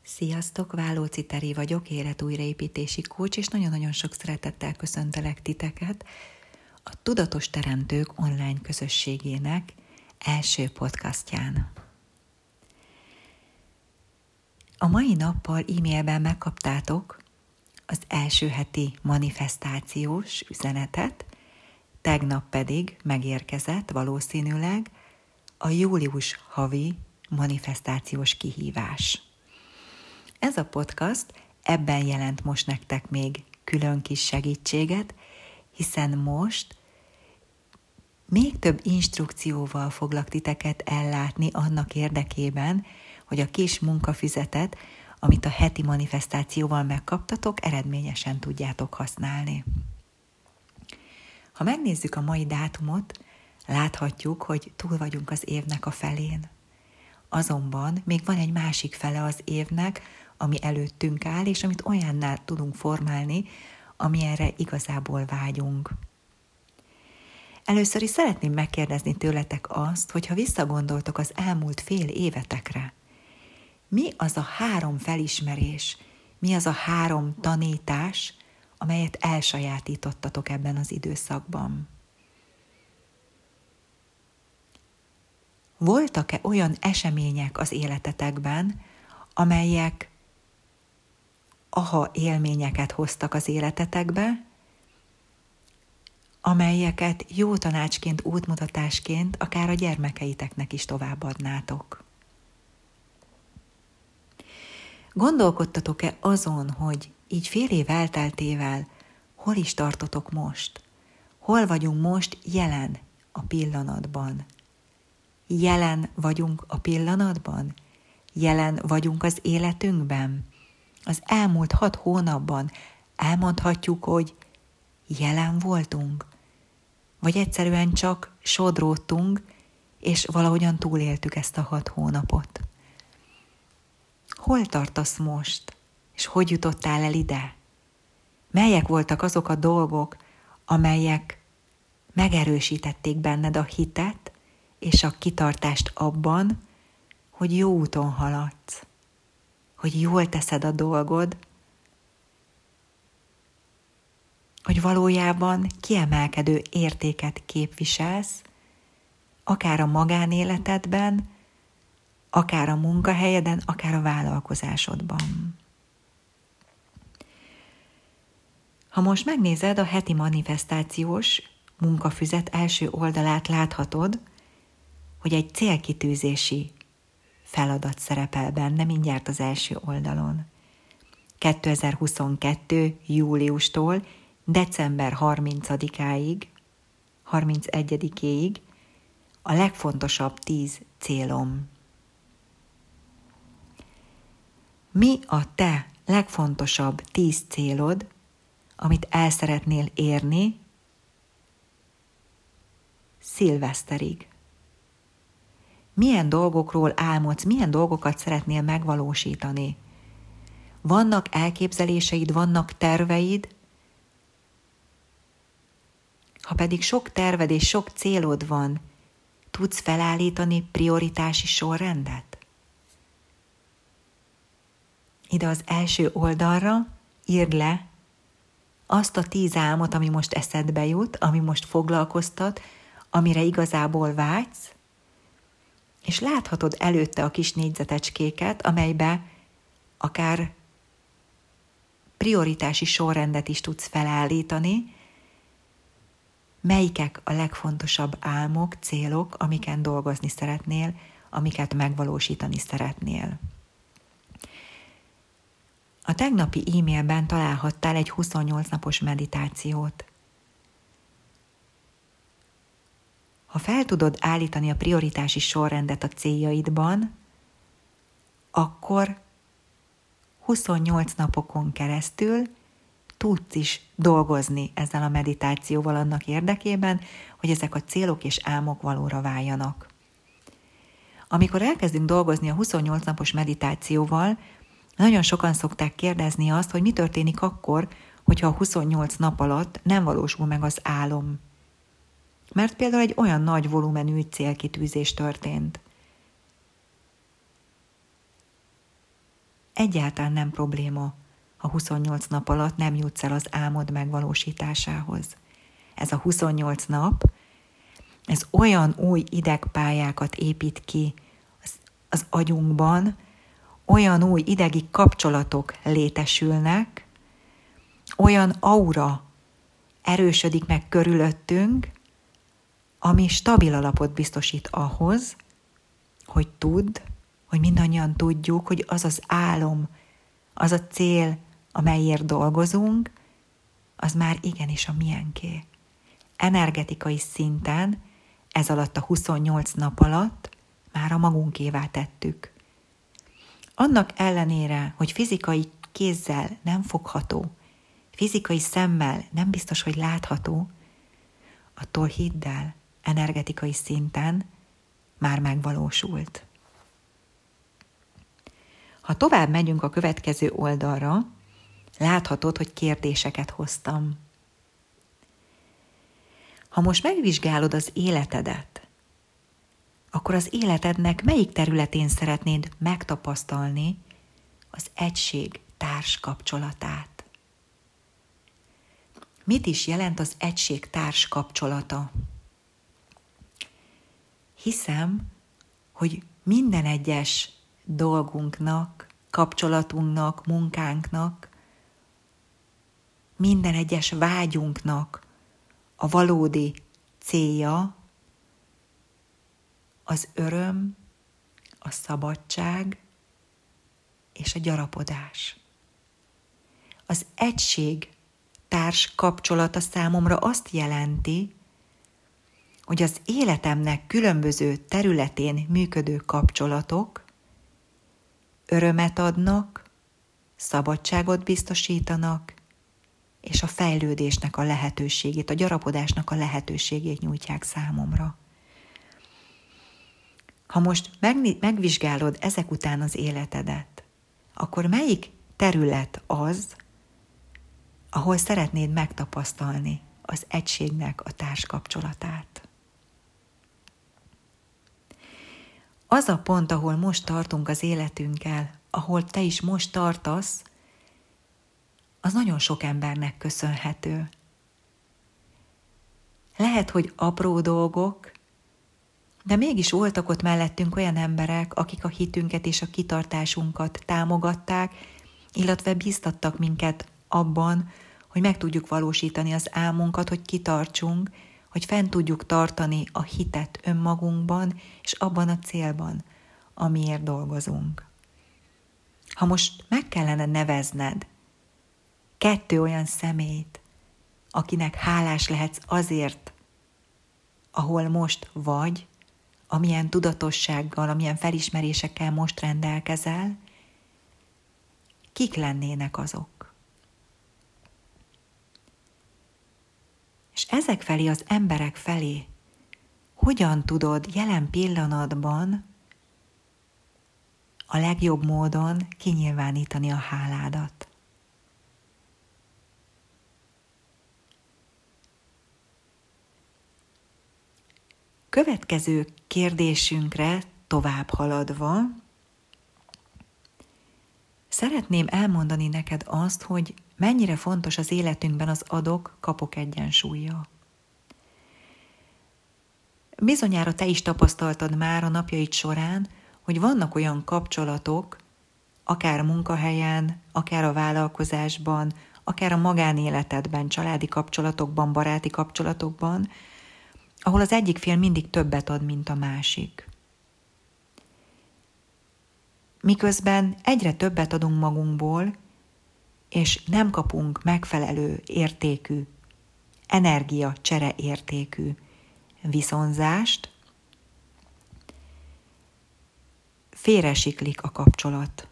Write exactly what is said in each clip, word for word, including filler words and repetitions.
Sziasztok, Válóci Teri vagyok, életújraépítési coach, és nagyon-nagyon sok szeretettel köszöntelek titeket a Tudatos Teremtők online közösségének első podcastján. A mai nappal e-mailben megkaptátok az első heti manifestációs üzenetet, tegnap pedig megérkezett valószínűleg a július havi manifestációs kihívás. Ez a podcast ebben jelent most nektek még külön kis segítséget, hiszen most még több instrukcióval foglak titeket ellátni annak érdekében, hogy a kis munkafüzetet, amit a heti manifestációval megkaptatok, eredményesen tudjátok használni. Ha megnézzük a mai dátumot, láthatjuk, hogy túl vagyunk az évnek a felén. Azonban még van egy másik fele az évnek, ami előttünk áll, és amit olyanná tudunk formálni, amilyenre igazából vágyunk. Először is szeretném megkérdezni tőletek azt, hogyha visszagondoltok az elmúlt fél évetekre, mi az a három felismerés, mi az a három tanítás, amelyet elsajátítottatok ebben az időszakban? Voltak-e olyan események az életetekben, amelyek aha élményeket hoztak az életetekbe, amelyeket jó tanácsként, útmutatásként akár a gyermekeiteknek is továbbadnátok? Gondolkodtatok-e azon, hogy így fél év elteltével hol is tartotok most? Hol vagyunk most jelen a pillanatban? Jelen vagyunk a pillanatban? Jelen vagyunk az életünkben? Az elmúlt hat hónapban elmondhatjuk, hogy jelen voltunk? Vagy egyszerűen csak sodródtunk, és valahogyan túléltük ezt a hat hónapot? Hol tartasz most? És hogy jutottál el ide? Melyek voltak azok a dolgok, amelyek megerősítették benned a hitet és a kitartást abban, hogy jó úton haladsz, hogy jól teszed a dolgod, hogy valójában kiemelkedő értéket képviselsz, akár a magánéletedben, akár a munkahelyeden, akár a vállalkozásodban. Ha most megnézed a heti manifestációs munkafüzet első oldalát, láthatod, hogy egy célkitűzési feladat szerepel benne mindjárt az első oldalon. kétezer-huszonkettő. júliustól december harmincadikáig, harmincegyedikéig a legfontosabb tíz célom. Mi a te legfontosabb tíz célod, amit el szeretnél érni szilveszterig? Milyen dolgokról álmodsz, milyen dolgokat szeretnél megvalósítani? Vannak elképzeléseid, vannak terveid? Ha pedig sok terved és sok célod van, tudsz felállítani prioritási sorrendet? Ide az első oldalra írd le azt a tíz álmot, ami most eszedbe jut, ami most foglalkoztat, amire igazából vágysz, és láthatod előtte a kis négyzetecskéket, amelybe akár prioritási sorrendet is tudsz felállítani, melyikek a legfontosabb álmok, célok, amiken dolgozni szeretnél, amiket megvalósítani szeretnél. A tegnapi e-mailben találhattál egy huszonnyolc napos meditációt. Ha fel tudod állítani a prioritási sorrendet a céljaidban, akkor huszonnyolc napokon keresztül tudsz is dolgozni ezzel a meditációval annak érdekében, hogy ezek a célok és álmok valóra váljanak. Amikor elkezdünk dolgozni a huszonnyolc napos meditációval, nagyon sokan szokták kérdezni azt, hogy mi történik akkor, hogyha a huszonnyolc nap alatt nem valósul meg az álom. Mert például egy olyan nagy volumenű célkitűzés történt. egyáltalán nem probléma, ha huszonnyolc nap alatt nem jutsz el az álmod megvalósításához. Ez a huszonnyolc nap, ez olyan új idegpályákat épít ki az, az agyunkban, olyan új idegi kapcsolatok létesülnek, olyan aura erősödik meg körülöttünk, ami stabil alapot biztosít ahhoz, hogy tudd, hogy mindannyian tudjuk, hogy az az álom, az a cél, amelyért dolgozunk, az már igenis a miénké. Energetikai szinten ez alatt a huszonnyolc nap alatt már a magunkévá tettük. Annak ellenére, hogy fizikai kézzel nem fogható, fizikai szemmel nem biztos, hogy látható, attól hidd el, energetikai szinten már megvalósult. Ha tovább megyünk a következő oldalra, láthatod, hogy kérdéseket hoztam. Ha most megvizsgálod az életedet, akkor az életednek melyik területén szeretnéd megtapasztalni az egység társ kapcsolatát? Mit is jelent az egység társ kapcsolata? Hiszem, hogy minden egyes dolgunknak, kapcsolatunknak, munkánknak, minden egyes vágyunknak a valódi célja az öröm, a szabadság és a gyarapodás. Az egység társ kapcsolata számomra azt jelenti, hogy az életemnek különböző területén működő kapcsolatok örömet adnak, szabadságot biztosítanak, és a fejlődésnek a lehetőségét, a gyarapodásnak a lehetőségét nyújtják számomra. Ha most megvizsgálod ezek után az életedet, akkor melyik terület az, ahol szeretnéd megtapasztalni az egységnek a társkapcsolatát? Az a pont, ahol most tartunk az életünkkel, ahol te is most tartasz, az nagyon sok embernek köszönhető. Lehet, hogy apró dolgok, de mégis voltak ott mellettünk olyan emberek, akik a hitünket és a kitartásunkat támogatták, illetve bíztattak minket abban, hogy meg tudjuk valósítani az álmunkat, hogy kitartsunk, hogy fent tudjuk tartani a hitet önmagunkban, és abban a célban, amiért dolgozunk. Ha most meg kellene nevezned kettő olyan személyt, akinek hálás lehetsz azért, ahol most vagy, amilyen tudatossággal, amilyen felismerésekkel most rendelkezel, kik lennének azok? És ezek felé, az emberek felé hogyan tudod jelen pillanatban a legjobb módon kinyilvánítani a háládat? Következő kérdésünkre tovább haladva, szeretném elmondani neked azt, hogy mennyire fontos az életünkben az adok-kapok egyensúlya. Bizonyára te is tapasztaltad már a napjaid során, hogy vannak olyan kapcsolatok, akár a munkahelyen, akár a vállalkozásban, akár a magánéletedben, családi kapcsolatokban, baráti kapcsolatokban, ahol az egyik fél mindig többet ad, mint a másik. Miközben egyre többet adunk magunkból, és nem kapunk megfelelő értékű, energia csere értékű viszonzást, félresiklik a kapcsolat.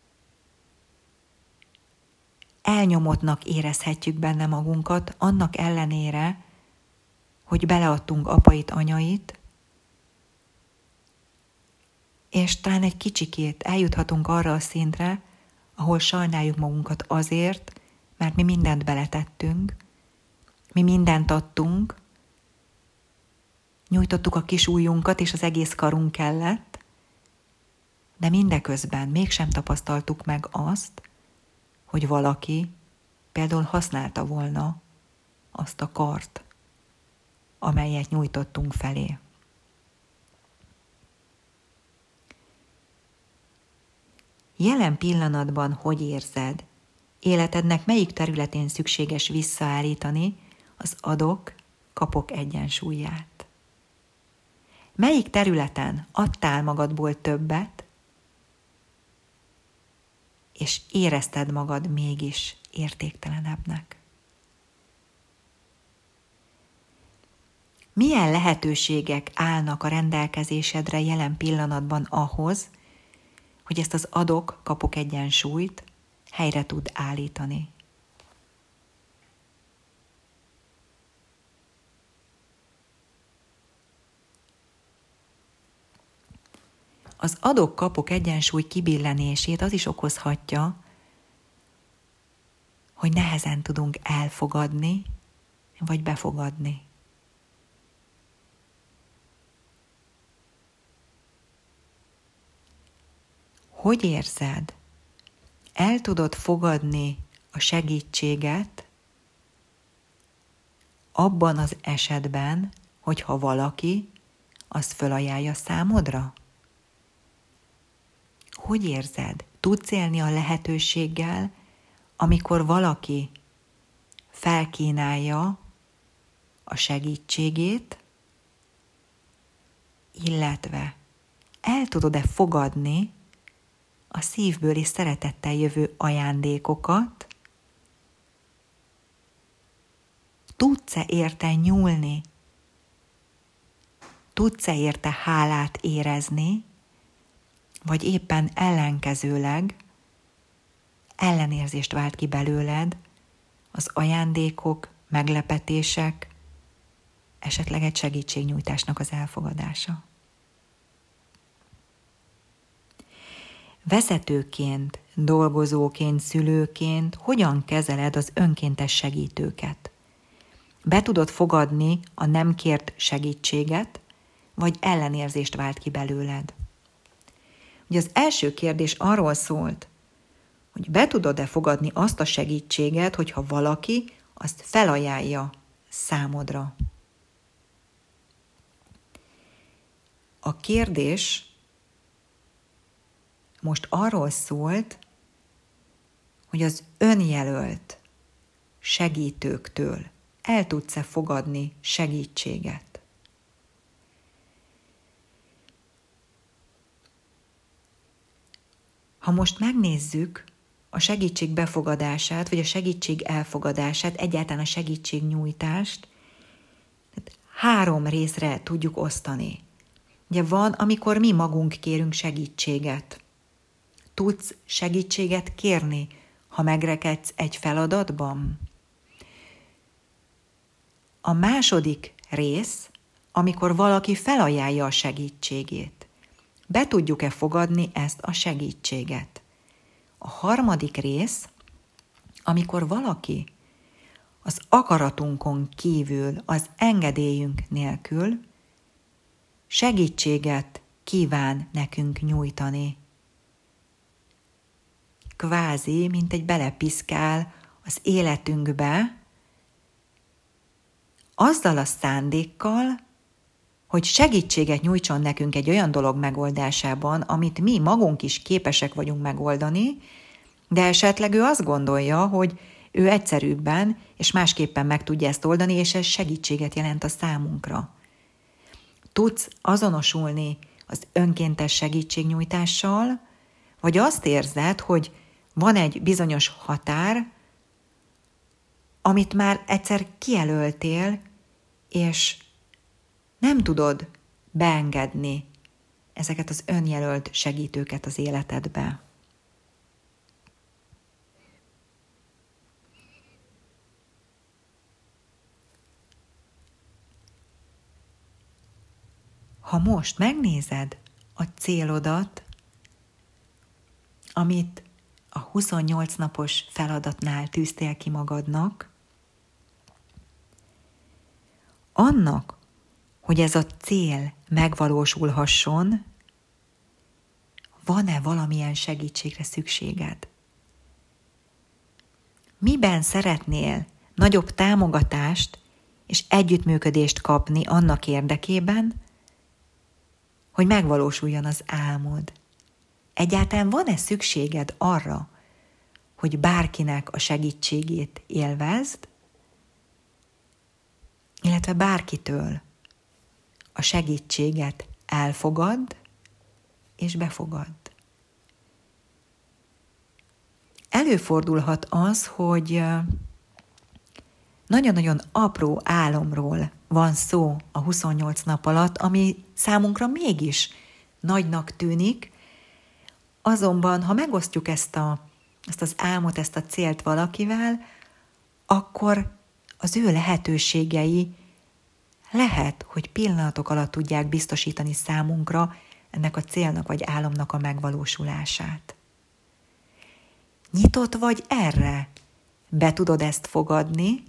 Elnyomottnak érezhetjük benne magunkat, annak ellenére, hogy beleadtunk apait, anyait, és talán egy kicsikét eljuthatunk arra a szintre, ahol sajnáljuk magunkat azért, mert mi mindent beletettünk, mi mindent adtunk, nyújtottuk a kis ujjunkat, és az egész karunk kellett, de mindeközben mégsem tapasztaltuk meg azt, hogy valaki például használta volna azt a kart, amelyet nyújtottunk felé. Jelen pillanatban hogy érzed? Életednek melyik területén szükséges visszaállítani az adok-kapok egyensúlyát? Melyik területen adtál magadból többet, és érezted magad mégis értéktelenebbnek? Milyen lehetőségek állnak a rendelkezésedre jelen pillanatban ahhoz, hogy ezt az adok-kapok egyensúlyt helyre tud állítani? Az adok-kapok egyensúly kibillenését az is okozhatja, hogy nehezen tudunk elfogadni, vagy befogadni. Hogy érzed? El tudod fogadni a segítséget abban az esetben, hogyha valaki azt fölajánlja számodra? Hogy érzed? Tudsz élni a lehetőséggel, amikor valaki felkínálja a segítségét, illetve el tudod-e fogadni a szívből és szeretettel jövő ajándékokat? Tudsz-e érte nyúlni? Tudsz-e érte hálát érezni? Vagy éppen ellenkezőleg ellenérzést vált ki belőled az ajándékok, meglepetések, esetleg egy segítségnyújtásnak az elfogadása? Vezetőként, dolgozóként, szülőként hogyan kezeled az önkéntes segítőket? Be tudod fogadni a nem kért segítséget, vagy ellenérzést vált ki belőled? Ugye az első kérdés arról szólt, hogy be tudod-e fogadni azt a segítséget, hogyha valaki azt felajánlja számodra. A kérdés most arról szólt, hogy az önjelölt segítőktől el tudsz-e fogadni segítséget. Ha most megnézzük a segítség befogadását, vagy a segítség elfogadását, egyáltalán a segítségnyújtást, három részre tudjuk osztani. Ugye van, amikor mi magunk kérünk segítséget. Tudsz segítséget kérni, ha megrekedsz egy feladatban? A második rész, amikor valaki felajánlja a segítségét. Be tudjuk-e fogadni ezt a segítséget? A harmadik rész, amikor valaki az akaratunkon kívül, az engedélyünk nélkül segítséget kíván nekünk nyújtani. Kvázi, mint egy belepiszkál az életünkbe, azzal a szándékkal, hogy segítséget nyújtson nekünk egy olyan dolog megoldásában, amit mi magunk is képesek vagyunk megoldani, de esetleg ő azt gondolja, hogy ő egyszerűbben és másképpen meg tudja ezt oldani, és ez segítséget jelent a számunkra. Tudsz azonosulni az önkéntes segítségnyújtással, vagy azt érzed, hogy van egy bizonyos határ, amit már egyszer kijelöltél, és nem tudod beengedni ezeket az önjelölt segítőket az életedbe. Ha most megnézed a célodat, amit a huszonnyolc napos feladatnál tűztél ki magadnak, annak, hogy ez a cél megvalósulhasson, van-e valamilyen segítségre szükséged? Miben szeretnél nagyobb támogatást és együttműködést kapni annak érdekében, hogy megvalósuljon az álmod? Egyáltalán van-e szükséged arra, hogy bárkinek a segítségét élvezd, illetve bárkitől a segítséget elfogadd és befogadd? Előfordulhat az, hogy nagyon-nagyon apró álomról van szó a huszonnyolc nap alatt, ami számunkra mégis nagynak tűnik, azonban, ha megosztjuk ezt, a, ezt az álmot, ezt a célt valakivel, akkor az ő lehetőségei lehet, hogy pillanatok alatt tudják biztosítani számunkra ennek a célnak vagy álomnak a megvalósulását. Nyitott vagy erre? Be tudod ezt fogadni?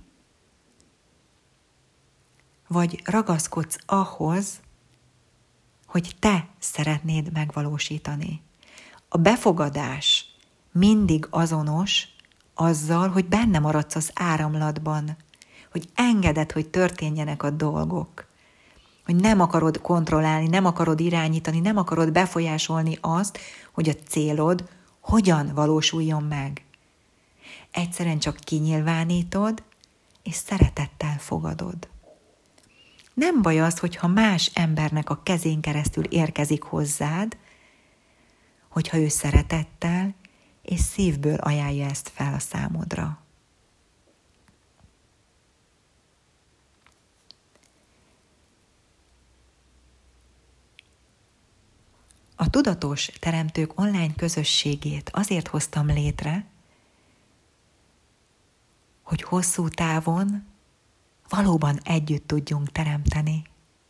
Vagy ragaszkodsz ahhoz, hogy te szeretnéd megvalósítani? A befogadás mindig azonos azzal, hogy benne maradsz az áramlatban, hogy engeded, hogy történjenek a dolgok, hogy nem akarod kontrollálni, nem akarod irányítani, nem akarod befolyásolni azt, hogy a célod hogyan valósuljon meg. Egyszerűen csak kinyilvánítod, és szeretettel fogadod. Nem baj az, hogyha más embernek a kezén keresztül érkezik hozzád, hogyha ő szeretettel és szívből ajánlja ezt fel a számodra. A Tudatos Teremtők online közösségét azért hoztam létre, hogy hosszú távon valóban együtt tudjunk teremteni.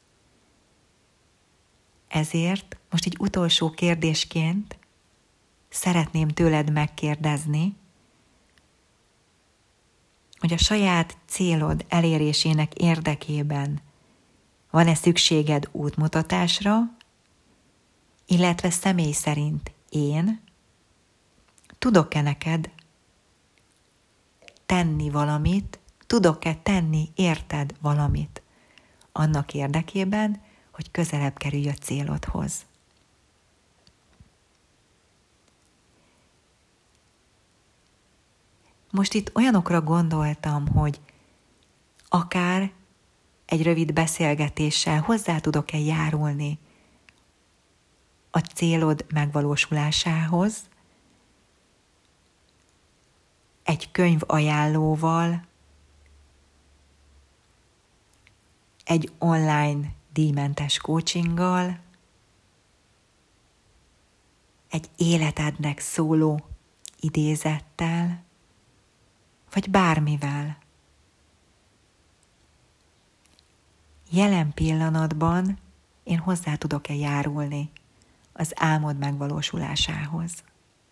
Ezért most egy utolsó kérdésként szeretném tőled megkérdezni, hogy a saját célod elérésének érdekében van-e szükséged útmutatásra, illetve személy szerint én tudok-e neked tenni valamit, tudok-e tenni érted valamit annak érdekében, hogy közelebb kerülj a célodhoz. Most itt olyanokra gondoltam, hogy akár egy rövid beszélgetéssel hozzá tudok-e járulni a célod megvalósulásához, egy könyv ajánlóval, egy online díjmentes coachinggal, egy életednek szóló idézettel, vagy bármivel. Jelen pillanatban én hozzá tudok-e járulni az álmod megvalósulásához.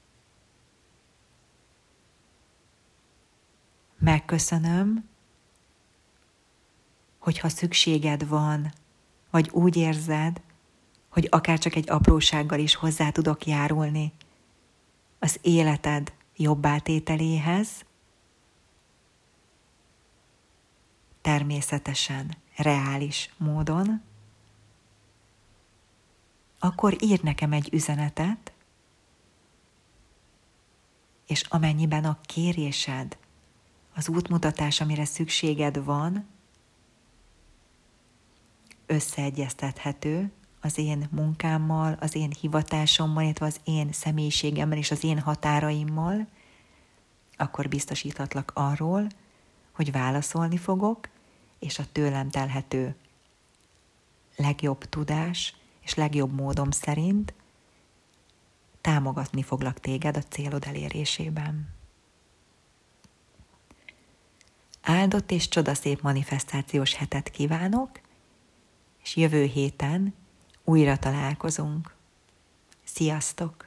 Megköszönöm, hogyha szükséged van, vagy úgy érzed, hogy akár csak egy aprósággal is hozzá tudok járulni az életed jobbátételéhez, természetesen reális módon, akkor írd nekem egy üzenetet, és amennyiben a kérésed, az útmutatás, amire szükséged van, összeegyeztethető az én munkámmal, az én hivatásommal, illetve az én személyiségemmel és az én határaimmal, akkor biztosíthatlak arról, hogy válaszolni fogok, és a tőlem telhető legjobb tudás és legjobb módom szerint támogatni foglak téged a célod elérésében. Áldott és csodaszép manifestációs hetet kívánok, és jövő héten újra találkozunk. Sziasztok!